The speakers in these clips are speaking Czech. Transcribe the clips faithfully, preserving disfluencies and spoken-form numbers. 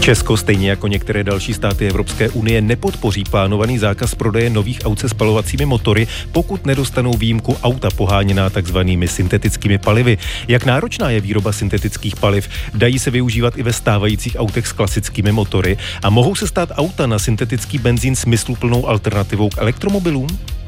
Česko, stejně jako některé další státy Evropské unie, nepodpoří plánovaný zákaz prodeje nových aut se spalovacími motory, pokud nedostanou výjimku auta poháněná takzvanými syntetickými palivy. Jak náročná je výroba syntetických paliv? Dají se využívat i ve stávajících autech s klasickými motory? A mohou se stát auta na syntetický benzín smysluplnou alternativou k elektromobilům?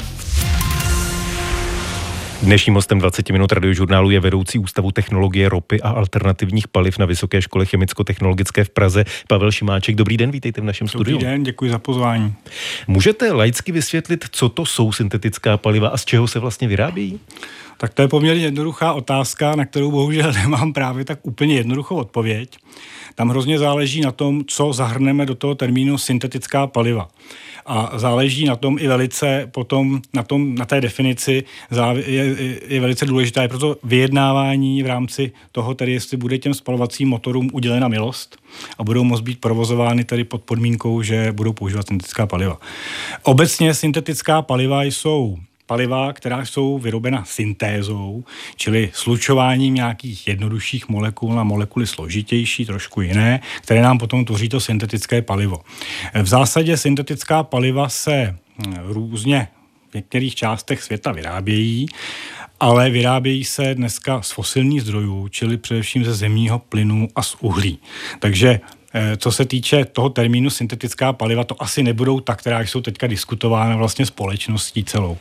Dnešním hostem dvacet minut radiožurnálu je vedoucí Ústavu technologie ropy a alternativních paliv na Vysoké škole chemicko-technologické v Praze Pavel Šimáček. Dobrý den, vítejte v našem studiu. Dobrý den, děkuji za pozvání. Můžete laicky vysvětlit, co to jsou syntetická paliva a z čeho se vlastně vyrábějí? Tak to je poměrně jednoduchá otázka, na kterou bohužel nemám právě tak úplně jednoduchou odpověď. Tam hrozně záleží na tom, co zahrneme do toho termínu syntetická paliva. A záleží na tom i velice potom, na, tom, na té definici je, je velice důležité, je proto vyjednávání v rámci toho, tedy jestli bude těm spalovacím motorům udělena milost a budou moct být provozovány tedy pod podmínkou, že budou používat syntetická paliva. Obecně syntetická paliva jsou paliva, která jsou vyrobena syntézou, čili slučováním nějakých jednodušších molekul na molekuly složitější, trošku jiné, které nám potom tvoří to syntetické palivo. V zásadě syntetická paliva se různě v některých částech světa vyrábějí, ale vyrábějí se dneska z fosilních zdrojů, čili především ze zemního plynu a z uhlí. Takže co se týče toho termínu syntetická paliva, to asi nebudou ta, která jsou teďka diskutována vlastně společností celou.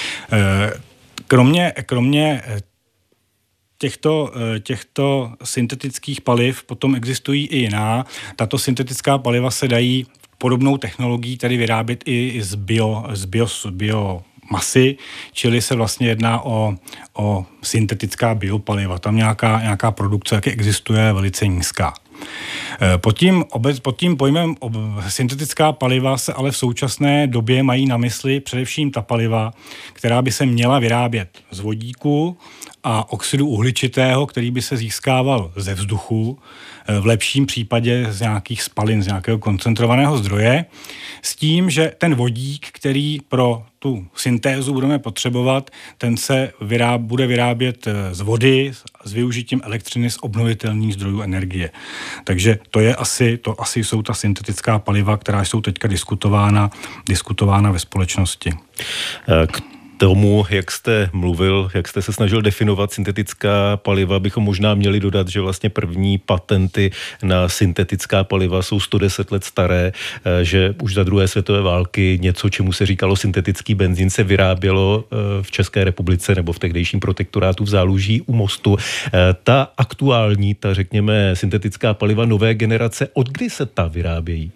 Kromě, kromě těchto, těchto syntetických paliv potom existují i jiná. Tato syntetická paliva se dají podobnou technologií tedy vyrábět i z bio, z bio, bio masy, čili se vlastně jedná o, o syntetická biopaliva. Tam nějaká, nějaká produkce, jak existuje, velice nízká. Pod tím, obec, pod tím pojmem ob, syntetická paliva se ale v současné době mají na mysli především ta paliva, která by se měla vyrábět z vodíku a oxidu uhličitého, který by se získával ze vzduchu, v lepším případě z nějakých spalin, z nějakého koncentrovaného zdroje, s tím, že ten vodík, který pro tu syntézu budeme potřebovat, ten se vyráb, bude vyrábět z vody s využitím elektřiny z obnovitelných zdrojů energie. Takže to je asi, to asi jsou ta syntetická paliva, která jsou teďka diskutována, diskutována ve společnosti. K tomu, jak jste mluvil, jak jste se snažil definovat syntetická paliva, bychom možná měli dodat, že vlastně první patenty na syntetická paliva jsou sto deset let staré, že už za druhé světové války něco, čemu se říkalo syntetický benzín, se vyrábělo v České republice nebo v tehdejším protektorátu v Záluží u Mostu. Ta aktuální, ta řekněme syntetická paliva nové generace, od kdy se ta vyrábějí?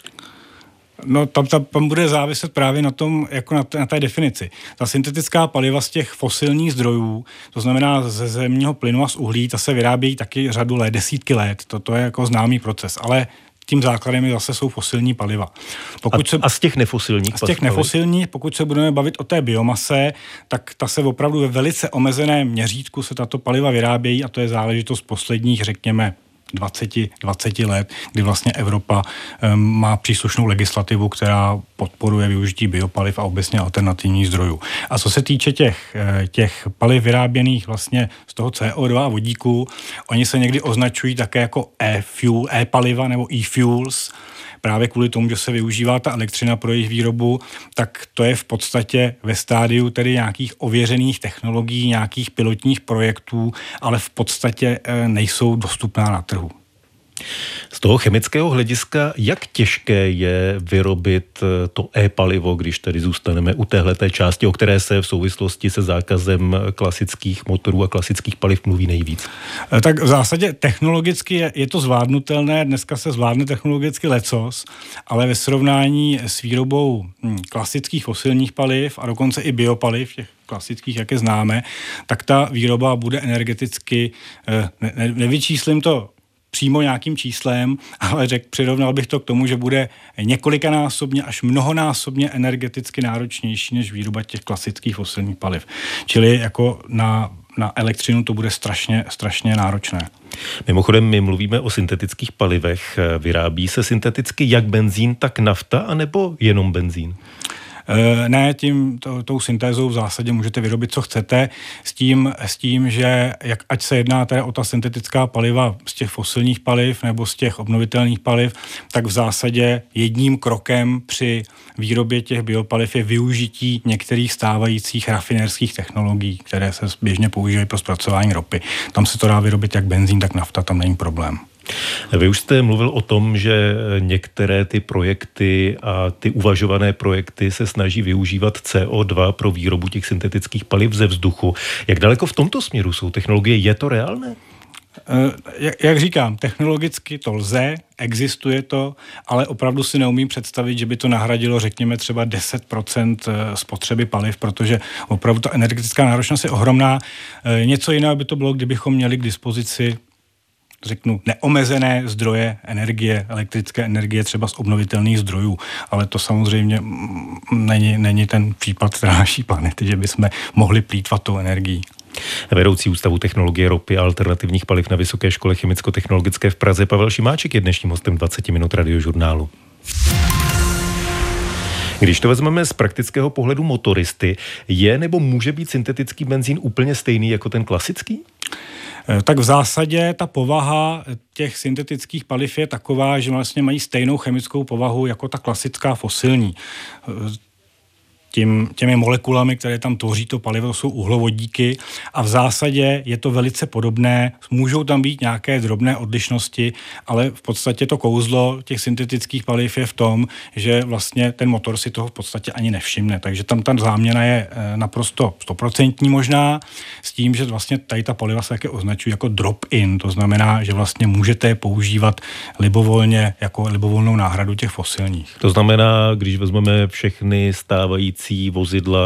No tam, tam, tam bude záviset právě na tom, jako na, t- na té definici. Ta syntetická paliva z těch fosilních zdrojů, to znamená ze zemního plynu a z uhlí, ta se vyrábějí taky řadu let, desítky let. To, to je jako známý proces, ale tím základem zase jsou fosilní paliva. Pokud a, se, a z těch nefosilních? Z těch nefosilních, pokud se budeme bavit o té biomase, tak ta se opravdu ve velice omezeném měřítku se tato paliva vyrábějí a to je záležitost posledních, řekněme, dvacet let, kdy vlastně Evropa um, má příslušnou legislativu, která podporuje využití biopaliv a obecně alternativních zdrojů. A co se týče těch, těch paliv vyráběných vlastně z toho C O dva a vodíku, oni se někdy označují také jako e-fuel, e-paliva nebo e-fuels, právě kvůli tomu, že se využívá ta elektřina pro jejich výrobu, tak to je v podstatě ve stádiu tedy nějakých ověřených technologií, nějakých pilotních projektů, ale v podstatě nejsou dostupná na trhu. Z toho chemického hlediska, jak těžké je vyrobit to e-palivo, když tady zůstaneme u téhleté části, o které se v souvislosti se zákazem klasických motorů a klasických paliv mluví nejvíc? Tak v zásadě technologicky je, je to zvládnutelné, dneska se zvládne technologicky lecos, ale ve srovnání s výrobou hm, klasických fosilních paliv a dokonce i biopaliv, těch klasických, jak je známe, tak ta výroba bude energeticky, ne, ne, nevyčíslím to přímo nějakým číslem, ale řek, přirovnal bych to k tomu, že bude několikanásobně až mnohonásobně energeticky náročnější než výroba těch klasických fosilních paliv. Čili jako na, na elektřinu to bude strašně, strašně náročné. Mimochodem, my mluvíme o syntetických palivech. Vyrábí se synteticky jak benzín, tak nafta, anebo jenom benzín? Ne, tím, to, tou syntézou v zásadě můžete vyrobit, co chcete, s tím, s tím, že jak, ať se jedná teda o ta syntetická paliva z těch fosilních paliv nebo z těch obnovitelných paliv, tak v zásadě jedním krokem při výrobě těch biopaliv je využití některých stávajících rafinerských technologií, které se běžně používají pro zpracování ropy. Tam se to dá vyrobit jak benzín, tak nafta, tam není problém. Vy už jste mluvil o tom, že některé ty projekty a ty uvažované projekty se snaží využívat C O dva pro výrobu těch syntetických paliv ze vzduchu. Jak daleko v tomto směru jsou technologie? Je to reálné? Jak říkám, technologicky to lze, existuje to, ale opravdu si neumím představit, že by to nahradilo, řekněme, třeba deset procent spotřeby paliv, protože opravdu ta energetická náročnost je ohromná. Něco jiného by to bylo, kdybychom měli k dispozici, řeknu, neomezené zdroje energie, elektrické energie třeba z obnovitelných zdrojů, ale to samozřejmě není, není ten případ naší planety, že bychom mohli plýtvat tou energií. Vedoucí Ústavu technologie ropy a alternativních paliv na Vysoké škole chemicko-technologické v Praze Pavel Šimáček je dnešním hostem dvacet minut radiožurnálu. Když to vezmeme z praktického pohledu motoristy, je nebo může být syntetický benzín úplně stejný jako ten klasický? Tak v zásadě ta povaha těch syntetických paliv je taková, že vlastně mají stejnou chemickou povahu jako ta klasická fosilní. Tím, těmi molekulami, které tam tvoří to palivo, jsou uhlovodíky a v zásadě je to velice podobné. Můžou tam být nějaké drobné odlišnosti, ale v podstatě to kouzlo těch syntetických paliv je v tom, že vlastně ten motor si toho v podstatě ani nevšimne. Takže tam ta záměna je naprosto stoprocentní možná, s tím, že vlastně tady ta paliva se také označují jako drop-in. To znamená, že vlastně můžete je používat libovolně jako libovolnou náhradu těch fosilních. To znamená, když vezmeme všechny stávající vozidla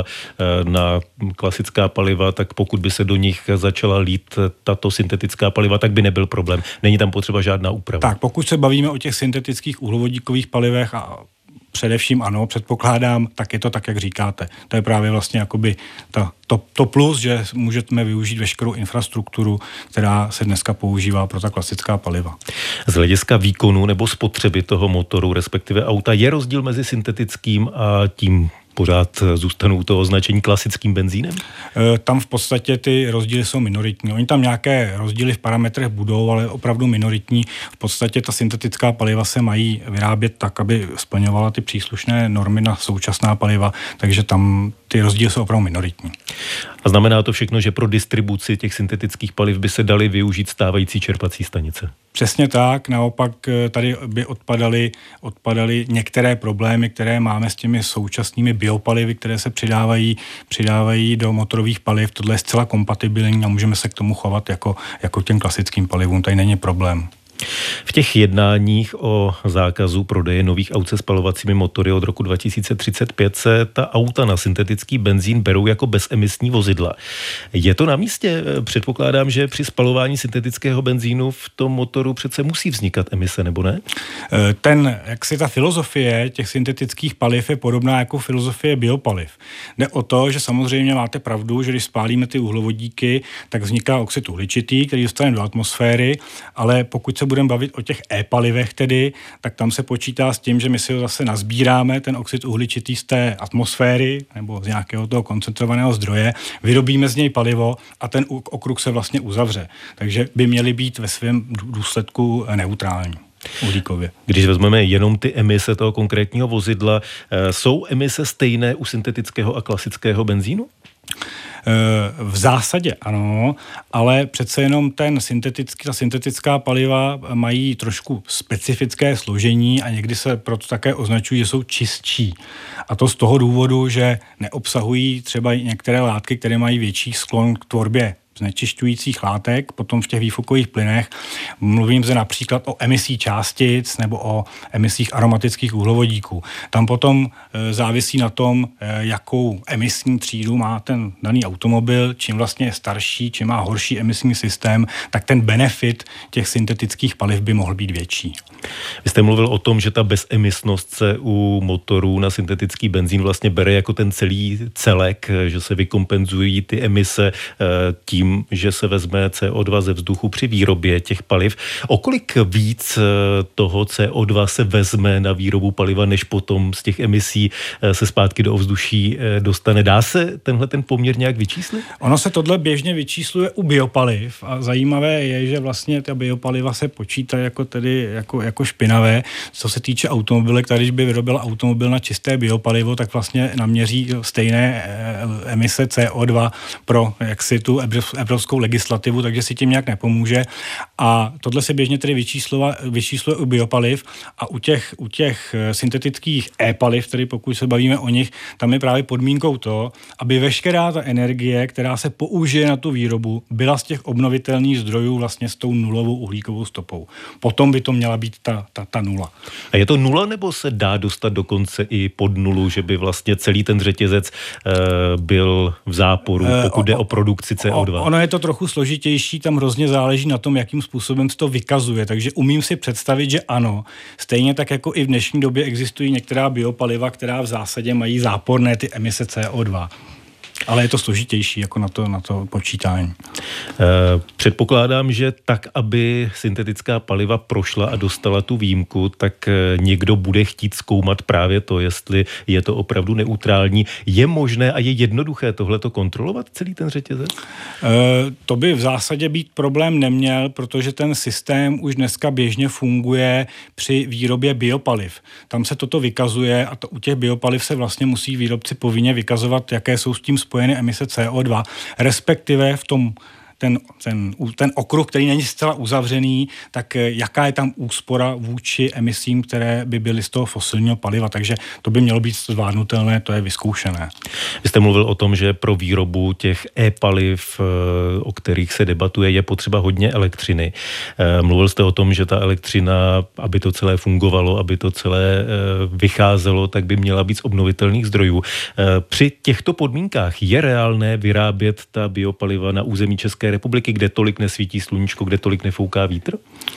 na klasická paliva, tak pokud by se do nich začala lít tato syntetická paliva, tak by nebyl problém. Není tam potřeba žádná úprava. Tak, pokud se bavíme o těch syntetických uhlovodíkových palivech a především ano, předpokládám, tak je to tak, jak říkáte. To je právě vlastně jakoby ta, to, to plus, že můžeme využít veškerou infrastrukturu, která se dneska používá pro ta klasická paliva. Z hlediska výkonu nebo spotřeby toho motoru, respektive auta, je rozdíl mezi syntetickým a tím pořád zůstanou to označení klasickým benzínem? Tam v podstatě ty rozdíly jsou minoritní. Oni tam nějaké rozdíly v parametrech budou, ale opravdu minoritní. V podstatě ta syntetická paliva se mají vyrábět tak, aby splňovala ty příslušné normy na současná paliva, takže tam ty rozdíly jsou opravdu minoritní. A znamená to všechno, že pro distribuci těch syntetických paliv by se daly využít stávající čerpací stanice? Přesně tak, naopak tady by odpadaly, odpadaly některé problémy, které máme s těmi současnými biopalivy, které se přidávají, přidávají do motorových paliv. Tohle je zcela kompatibilní a můžeme se k tomu chovat jako, jako těm klasickým palivům. Tady není problém. V těch jednáních o zákazu prodeje nových aut se spalovacími motory od roku dva tisíce třicet pět se ta auta na syntetický benzín berou jako bezemisní vozidla. Je to na místě? Předpokládám, že při spalování syntetického benzínu v tom motoru přece musí vznikat emise, nebo ne? Ten, jak si ta filozofie těch syntetických paliv je podobná jako filozofie biopaliv. Jde o to, že samozřejmě máte pravdu, že když spálíme ty uhlovodíky, tak vzniká oxid uhličitý, který dostane do atmosféry, ale pokud se budeme bavit o těch e-palivech tedy, tak tam se počítá s tím, že my si ho zase nazbíráme, ten oxid uhličitý z té atmosféry nebo z nějakého toho koncentrovaného zdroje, vyrobíme z něj palivo a ten okruh se vlastně uzavře. Takže by měly být ve svém důsledku neutrální. Uhlíkově. Když vezmeme jenom ty emise toho konkrétního vozidla, jsou emise stejné u syntetického a klasického benzínu? V zásadě ano, ale přece jenom ten syntetický, ta syntetická paliva mají trošku specifické složení a někdy se proto také označují, že jsou čistší. A to z toho důvodu, že neobsahují třeba některé látky, které mají větší sklon k tvorbě znečišťujících látek, potom v těch výfukových plynech. Mluvím zde například o emisí částic nebo o emisích aromatických uhlovodíků. Tam potom e, závisí na tom, e, jakou emisní třídu má ten daný automobil, čím vlastně je starší, čím má horší emisní systém, tak ten benefit těch syntetických paliv by mohl být větší. Vy jste mluvil o tom, že ta bezemisnost se u motorů na syntetický benzín vlastně bere jako ten celý celek, že se vykompenzují ty emise tím, tím, že se vezme C O dva ze vzduchu při výrobě těch paliv. O kolik víc toho C O dva se vezme na výrobu paliva, než potom z těch emisí se zpátky do ovzduší dostane? Dá se tenhle ten poměr nějak vyčíslit? Ono se tohle běžně vyčísluje u biopaliv a zajímavé je, že vlastně ta biopaliva se počítají jako tedy jako, jako špinavé. Co se týče automobilek, když by vyrobil automobil na čisté biopalivo, tak vlastně naměří stejné emise C O dva pro jaksi tu evropskou legislativu, takže si tím nějak nepomůže. A tohle se běžně tedy vyčísluje u biopaliv a u těch, u těch syntetických e-paliv, tedy pokud se bavíme o nich, tam je právě podmínkou to, aby veškerá ta energie, která se použije na tu výrobu, byla z těch obnovitelných zdrojů vlastně s tou nulovou uhlíkovou stopou. Potom by to měla být ta, ta, ta nula. A je to nula, nebo se dá dostat dokonce i pod nulu, že by vlastně celý ten řetězec e, byl v záporu, pokud jde o produkci C O dva? Ono je to trochu složitější, tam hrozně záleží na tom, jakým způsobem se to vykazuje, takže umím si představit, že ano. Stejně tak jako i v dnešní době existují některá biopaliva, která v zásadě mají záporné ty emise C O dva. Ale je to složitější jako na to, na to počítání. Předpokládám, že tak, aby syntetická paliva prošla a dostala tu výjimku, tak někdo bude chtít zkoumat právě to, jestli je to opravdu neutrální. Je možné a je jednoduché tohleto kontrolovat, celý ten řetězec? To by v zásadě být problém neměl, protože ten systém už dneska běžně funguje při výrobě biopaliv. Tam se toto vykazuje a to, u těch biopaliv se vlastně musí výrobci povinně vykazovat, jaké jsou s tím spojené emise C O dva, respektive v tom Ten, ten, ten okruh, který není zcela uzavřený, tak jaká je tam úspora vůči emisím, které by byly z toho fosilního paliva. Takže to by mělo být zvládnutelné, to je vyzkoušené. Vy jste mluvil o tom, že pro výrobu těch e-paliv, o kterých se debatuje, je potřeba hodně elektřiny. Mluvil jste o tom, že ta elektřina, aby to celé fungovalo, aby to celé vycházelo, tak by měla být z obnovitelných zdrojů. Při těchto podmínkách je reálné vyrábět ta biopaliva na území České republiky, kde tolik nesvítí sluníčko, kde tolik nefouká vítr?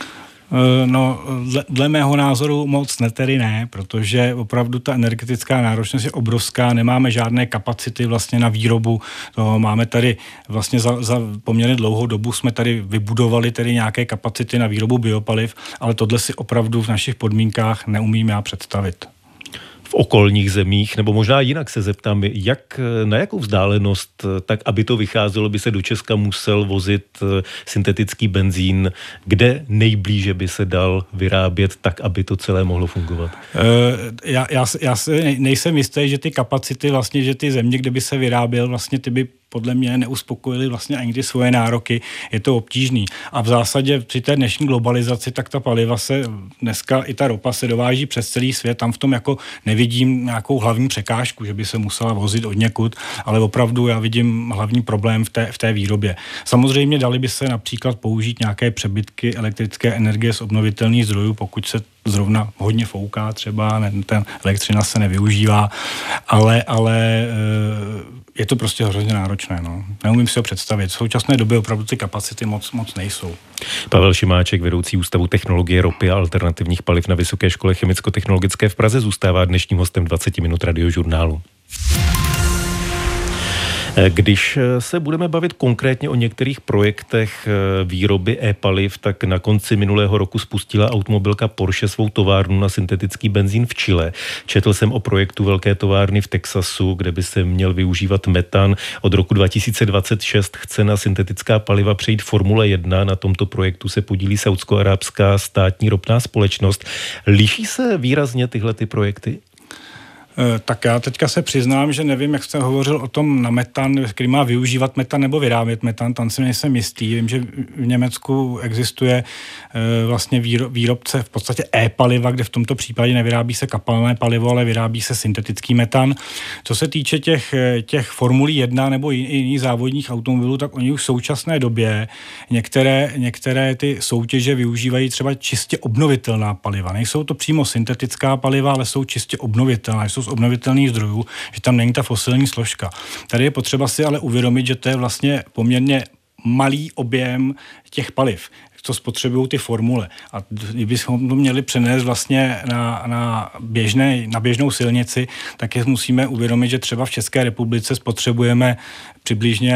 No, dle mého názoru moc ne, tedy ne, protože opravdu ta energetická náročnost je obrovská, nemáme žádné kapacity vlastně na výrobu, to máme tady vlastně za, za poměrně dlouhou dobu jsme tady vybudovali tedy nějaké kapacity na výrobu biopaliv, ale tohle si opravdu v našich podmínkách neumím já představit. V okolních zemích, nebo možná jinak se zeptám, jak, na jakou vzdálenost, tak aby to vycházelo, by se do Česka musel vozit syntetický benzín, kde nejblíže by se dal vyrábět tak, aby to celé mohlo fungovat? Já, já, já si nejsem jistý, že ty kapacity vlastně, že ty země, kde by se vyráběl, vlastně ty by podle mě neuspokojili vlastně ani ty svoje nároky, je to obtížný. A v zásadě při té dnešní globalizaci, tak ta paliva se dneska, i ta ropa se dováží přes celý svět, tam v tom jako nevidím nějakou hlavní překážku, že by se musela vozit odněkud, ale opravdu já vidím hlavní problém v té, v té výrobě. Samozřejmě dali by se například použít nějaké přebytky elektrické energie z obnovitelných zdrojů, pokud se zrovna hodně fouká třeba, ne, ten elektřina se nevyužívá, ale, ale je to prostě hrozně náročné. No. Neumím si ho představit. V současné době opravdu ty kapacity moc, moc nejsou. Pavel Šimáček, vedoucí Ústavu technologie ropy a alternativních paliv na Vysoké škole chemicko-technologické v Praze, zůstává dnešním hostem dvacet minut radiožurnálu. Když se budeme bavit konkrétně o některých projektech výroby e-paliv, tak na konci minulého roku spustila automobilka Porsche svou továrnu na syntetický benzín v Chile. Četl jsem o projektu velké továrny v Texasu, kde by se měl využívat metan. Od roku dva tisíce dvacet šest chce na syntetická paliva přejít Formule jedna. Na tomto projektu se podílí saúdsko-arabská státní ropná společnost. Liší se výrazně tyhle ty projekty? Tak já teďka se přiznám, že nevím, jak jste hovořil o tom na metan, který má využívat metan nebo vyrábět metan, tam si nejsem jistý. Vím, že v Německu existuje vlastně výrobce v podstatě e-paliva, kde v tomto případě nevyrábí se kapalné palivo, ale vyrábí se syntetický metan. Co se týče těch, těch Formulí jedna nebo jiných závodních automobilů, tak oni už v současné době některé, některé ty soutěže využívají třeba čistě obnovitelná paliva. Nejsou to přímo syntetická paliva, ale jsou čistě obnovitelná, jsou z obnovitelných zdrojů, že tam není ta fosilní složka. Tady je potřeba si ale uvědomit, že to je vlastně poměrně malý objem těch paliv, co spotřebují ty formule. A kdybychom to měli přenést vlastně na, na, běžné, na běžnou silnici, tak je musíme uvědomit, že třeba v České republice spotřebujeme přibližně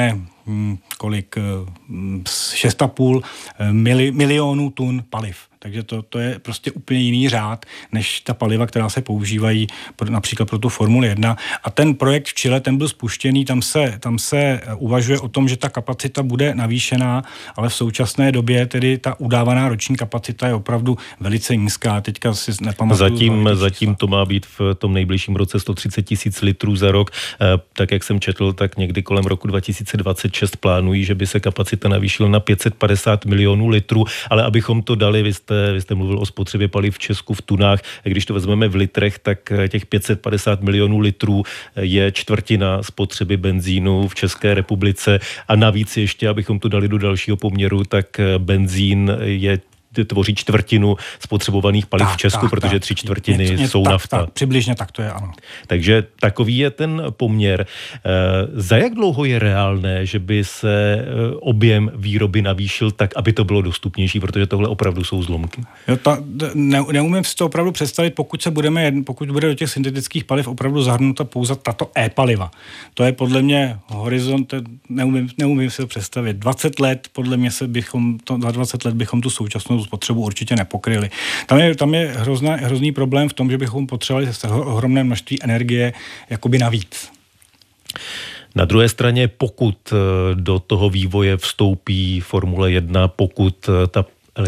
hm, kolik, šest a půl mili, milionů tun paliv. Takže to, to je prostě úplně jiný řád, než ta paliva, která se používají pro, například pro tu Formuli jedna. A ten projekt v Chile, ten byl spuštěný, tam se, tam se uvažuje o tom, že ta kapacita bude navýšená, ale v současné době tedy ta udávaná roční kapacita je opravdu velice nízká. Teďka si nepamatuju. Zatím, zatím to má být v tom nejbližším roce sto třicet tisíc litrů za rok. Tak, jak jsem četl, tak někdy kolem roku dva tisíce dvacet šest plánují, že by se kapacita navýšila na pět set padesát milionů litrů, ale abychom to dali, vy jste Vy jste mluvil o spotřebě paliv v Česku v tunách. Když to vezmeme v litrech, tak těch pět set padesát milionů litrů je čtvrtina spotřeby benzínu v České republice. A navíc ještě, abychom to dali do dalšího poměru, tak benzín je tvoří čtvrtinu spotřebovaných paliv tak, v Česku, tak, protože tak, tři čtvrtiny něco, jsou tak, nafta. Tak, přibližně tak to je, ano. Takže takový je ten poměr. Za jak dlouho je reálné, že by se objem výroby navýšil tak, aby to bylo dostupnější, protože tohle opravdu jsou zlomky? Jo, ta, ne, neumím si to opravdu představit, pokud se budeme, pokud bude do těch syntetických paliv opravdu zahrnuta pouze tato e-paliva. To je podle mě horizont, neumím, neumím si to představit. dvacet let, podle mě se bychom, to, za dvacet let bychom tu současnou spotřebu určitě nepokryli. Tam je, tam je hrozná, hrozný problém v tom, že bychom potřebovali ohromné množství energie jakoby navíc. Na druhé straně, pokud do toho vývoje vstoupí Formule jedna, pokud ta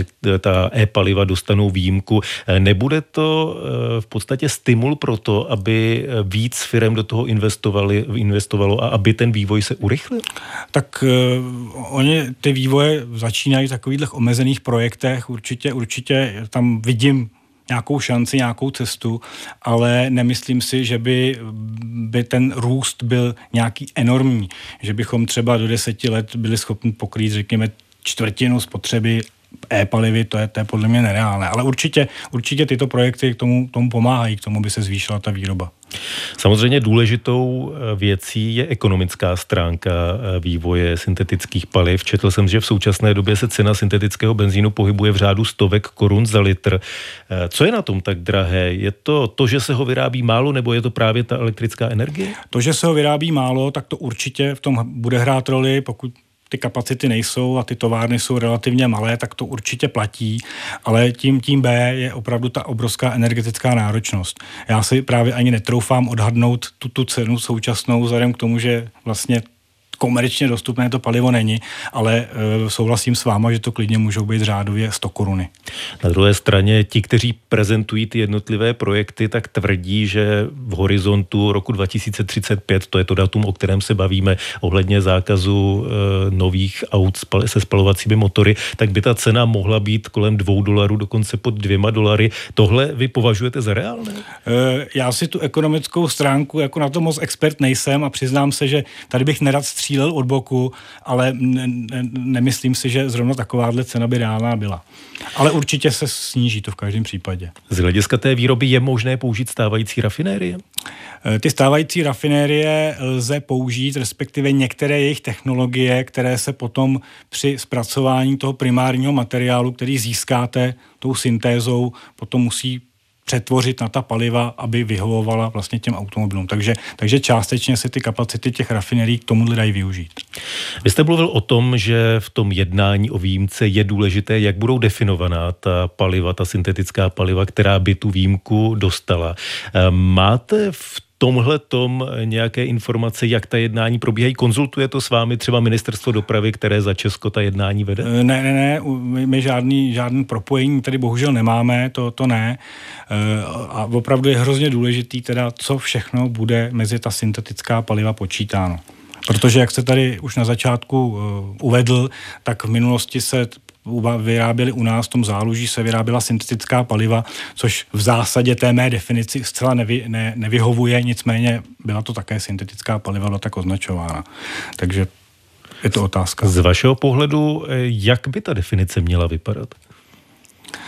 ta e-paliva dostanou výjimku. Nebude to v podstatě stimul pro to, aby víc firem do toho investovali, investovalo a aby ten vývoj se urychlil? Tak uh, oni ty vývoje začínají v takových omezených projektech. Určitě, určitě tam vidím nějakou šanci, nějakou cestu, ale nemyslím si, že by, by ten růst byl nějaký enormní. Že bychom třeba do deseti let byli schopni pokrýt, řekněme, čtvrtinu spotřeby e-palivy, to je, to je podle mě nereálné. Ale určitě, určitě tyto projekty k tomu, tomu pomáhají, k tomu, by se zvýšila ta výroba. Samozřejmě důležitou věcí je ekonomická stránka vývoje syntetických paliv. Četl jsem, že v současné době se cena syntetického benzínu pohybuje v řádu stovek korun za litr. Co je na tom tak drahé? Je to to, že se ho vyrábí málo, nebo je to právě ta elektrická energie? To, že se ho vyrábí málo, tak to určitě v tom bude hrát roli, pokud ty kapacity nejsou a ty továrny jsou relativně malé, tak to určitě platí, ale tím, tím B je opravdu ta obrovská energetická náročnost. Já si právě ani netroufám odhadnout tu, tu cenu současnou, vzhledem k tomu, že vlastně komerčně dostupné to palivo není, ale e, souhlasím s váma, že to klidně můžou být řádově sto koruny. Na druhé straně ti, kteří prezentují ty jednotlivé projekty, tak tvrdí, že v horizontu roku dva tisíce třicet pět, to je to datum, o kterém se bavíme, ohledně zákazu e, nových aut se spalovacími motory, tak by ta cena mohla být kolem dvou dolarů, dokonce pod dvěma dolary. Tohle vy považujete za reálné? E, já si tu ekonomickou stránku jako na to moc expert nejsem a přiznám se, že tady bych nerad střílel od boku, ale ne, ne, nemyslím si, že zrovna takováhle cena by reálná byla. Ale určitě se sníží to v každém případě. Z hlediska té výroby je možné použít stávající rafinérie? Ty stávající rafinérie lze použít, respektive některé jejich technologie, které se potom při zpracování toho primárního materiálu, který získáte tou syntézou, potom musí přetvořit na ta paliva, aby vyhovovala vlastně těm automobilům. Takže, takže částečně se ty kapacity těch rafinerií k tomuhle dají využít. Vy jste mluvil o tom, že v tom jednání o výjimce je důležité, jak budou definovaná ta paliva, ta syntetická paliva, která by tu výjimku dostala. Máte v tomhletom nějaké informace, jak ta jednání probíhají? Konzultuje to s vámi třeba Ministerstvo dopravy, které za Česko ta jednání vede? Ne, ne, ne, my žádný, žádný propojení tady bohužel nemáme, to, to ne. A opravdu je hrozně důležitý teda, co všechno bude mezi ta syntetická paliva počítáno. Protože, jak jste tady už na začátku uvedl, tak v minulosti se vyráběly u nás, v tom záluží se vyráběla syntetická paliva, což v zásadě té mé definici zcela nevy, ne, nevyhovuje, nicméně byla to také syntetická paliva, byla tak označována. Takže je to otázka. Z vašeho pohledu, jak by ta definice měla vypadat?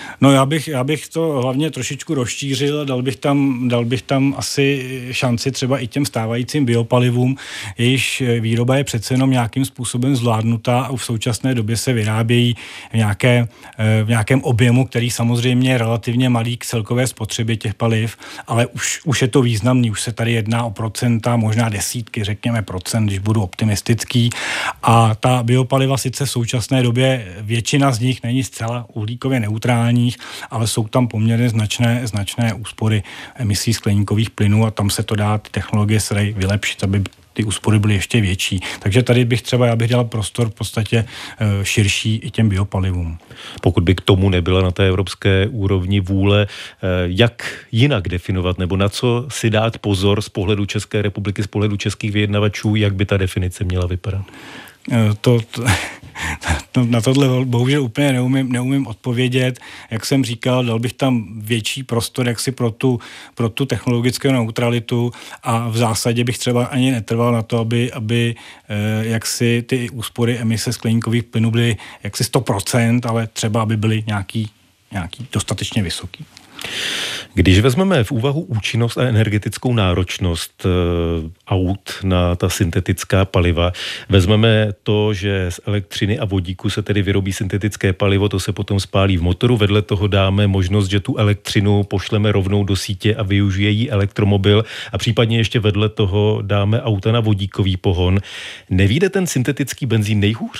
No já bych, já bych to hlavně trošičku rozšířil, dal bych tam, dal bych tam asi šanci třeba i těm stávajícím biopalivům, jejichž výroba je přece jenom nějakým způsobem zvládnutá a v současné době se vyrábějí v, nějaké, v nějakém objemu, který samozřejmě je relativně malý k celkové spotřebě těch paliv, ale už, už je to významný, už se tady jedná o procenta, možná desítky, řekněme procent, když budu optimistický. A ta biopaliva sice v současné době většina z nich není zcela uhlíkově neutrální, ale jsou tam poměrně značné, značné úspory emisí skleníkových plynů a tam se to dá, ty technologie se dají vylepšit, aby ty úspory byly ještě větší. Takže tady bych třeba, já bych dal prostor v podstatě širší i těm biopalivům. Pokud by k tomu nebyla na té evropské úrovni vůle, jak jinak definovat, nebo na co si dát pozor z pohledu České republiky, z pohledu českých vyjednavačů, jak by ta definice měla vypadat? To, to, to, na tohle bohužel úplně neumím, neumím odpovědět. Jak jsem říkal, dal bych tam větší prostor jaksi pro tu, pro tu technologickou neutralitu a v zásadě bych třeba ani netrval na to, aby, aby eh, jaksi ty úspory emise skleníkových plynů byly jaksi sto procent, ale třeba aby byly nějaký, nějaký dostatečně vysoký. Když vezmeme v úvahu účinnost a energetickou náročnost e, aut na ta syntetická paliva, vezmeme to, že z elektřiny a vodíku se tedy vyrobí syntetické palivo, to se potom spálí v motoru, vedle toho dáme možnost, že tu elektřinu pošleme rovnou do sítě a využije ji elektromobil a případně ještě vedle toho dáme auta na vodíkový pohon. Nevyjde ten syntetický benzín nejhůř?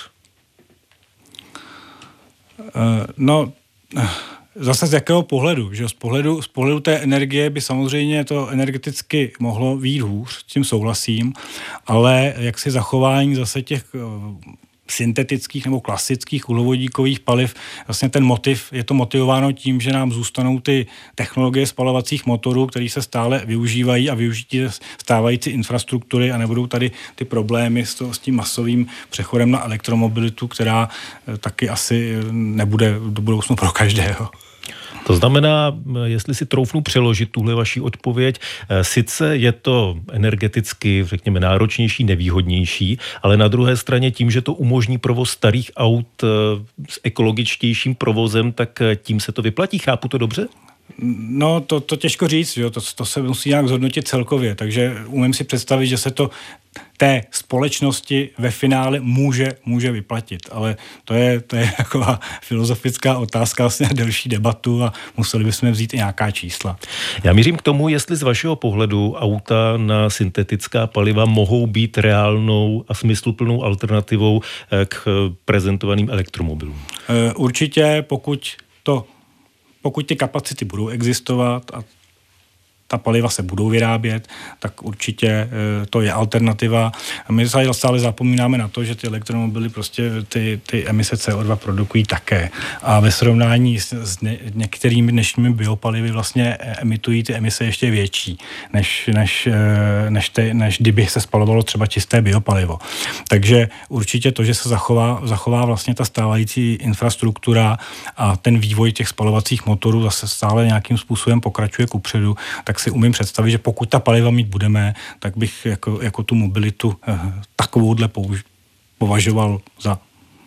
Uh, no... Uh. Zase z jakého pohledu? Že z pohledu, z pohledu té energie by samozřejmě to energeticky mohlo vyjít hůř, s tím souhlasím, ale jaksi zachování zase těch syntetických nebo klasických uhlovodíkových paliv, vlastně ten motiv, je to motivováno tím, že nám zůstanou ty technologie spalovacích motorů, které se stále využívají a využití stávající infrastruktury a nebudou tady ty problémy s, to, s tím masovým přechodem na elektromobilitu, která taky asi nebude do budoucnu pro každého. To znamená, jestli si troufnu přeložit tuhle vaši odpověď, sice je to energeticky, řekněme, náročnější, nevýhodnější, ale na druhé straně tím, že to umožní provoz starých aut s ekologičtějším provozem, tak tím se to vyplatí. Chápu to dobře? No, to, to těžko říct, jo? To, to se musí nějak zhodnotit celkově, takže umím si představit, že se to té společnosti ve finále může, může vyplatit, ale to je, to je taková filozofická otázka, vlastně delší debatu a museli bychom vzít i nějaká čísla. Já mířím k tomu, jestli z vašeho pohledu auta na syntetická paliva mohou být reálnou a smysluplnou alternativou k prezentovaným elektromobilům. Určitě, pokud to Pokud ty kapacity budou existovat a ta paliva se budou vyrábět, tak určitě e, to je alternativa. A my stále zapomínáme na to, že ty elektromobily prostě ty, ty emise C O dva produkují také. A ve srovnání s, s ne, některými dnešními biopalivy vlastně emitují ty emise ještě větší, než, než, než, te, než kdyby se spalovalo třeba čisté biopalivo. Takže určitě to, že se zachová, zachová vlastně ta stávající infrastruktura a ten vývoj těch spalovacích motorů zase stále nějakým způsobem pokračuje kupředu, tak si umím představit, že pokud ta paliva mít budeme, tak bych jako, jako tu mobilitu eh, takovouhle použ- považoval za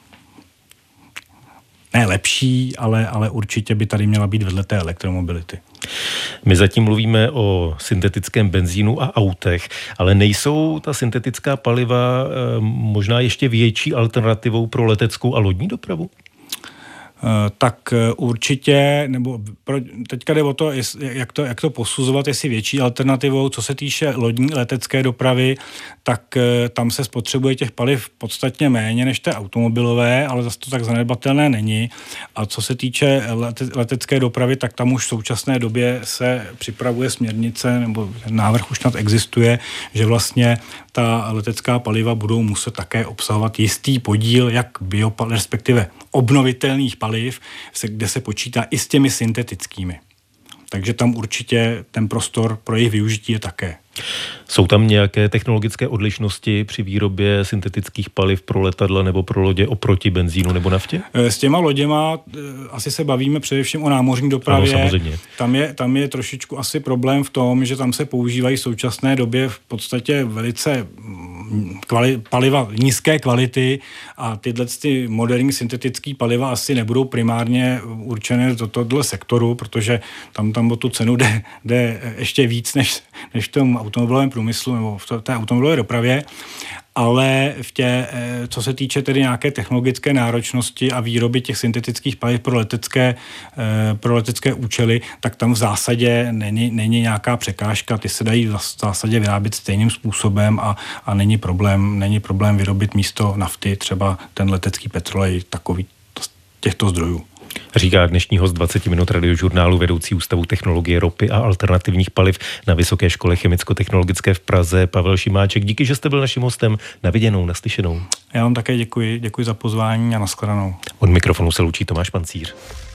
ne lepší, ale, ale určitě by tady měla být vedle té elektromobility. My zatím mluvíme o syntetickém benzínu a autech, ale nejsou ta syntetická paliva eh, možná ještě větší alternativou pro leteckou a lodní dopravu? Tak určitě, nebo pro, teďka jde o to, jak to, jak to posuzovat, jestli větší alternativou, co se týče lodní letecké dopravy, tak tam se spotřebuje těch paliv podstatně méně než té automobilové, ale zase to tak zanedbatelné není. A co se týče lete, letecké dopravy, tak tam už v současné době se připravuje směrnice, nebo návrh už snad existuje, že vlastně ta letecká paliva budou muset také obsahovat jistý podíl jak biopaliv, respektive obnovitelných paliv, kde se počítá i s těmi syntetickými. Takže tam určitě ten prostor pro jejich využití je také. Jsou tam nějaké technologické odlišnosti při výrobě syntetických paliv pro letadla nebo pro lodě oproti benzínu nebo naftě? S těma loděma asi se bavíme především o námořní dopravě. Ano, samozřejmě. Tam je, tam je trošičku asi problém v tom, že tam se používají v současné době v podstatě velice kvali, paliva nízké kvality a tyhle ty moderní syntetické paliva asi nebudou primárně určené do tohoto sektoru, protože tam, tam o tu cenu jde, jde ještě víc než, než v tom automobilovém průmyslu nebo v té automobilové dopravě. Ale v tě, co se týče tedy nějaké technologické náročnosti a výroby těch syntetických paliv pro letecké, pro letecké účely, tak tam v zásadě není, není nějaká překážka. Ty se dají v zásadě vyrábět stejným způsobem a, a není problém, není problém vyrobit místo nafty třeba ten letecký petrolej takový těchto zdrojů. Říká dnešní host dvacet minut radiožurnálu, vedoucí Ústavu technologie ropy a alternativních paliv na Vysoké škole chemicko-technologické v Praze Pavel Šimáček. Díky, že jste byl naším hostem. Na viděnou, naslyšenou. Já vám také děkuji, děkuji za pozvání a nashledanou. Od mikrofonu se loučí Tomáš Pancíř.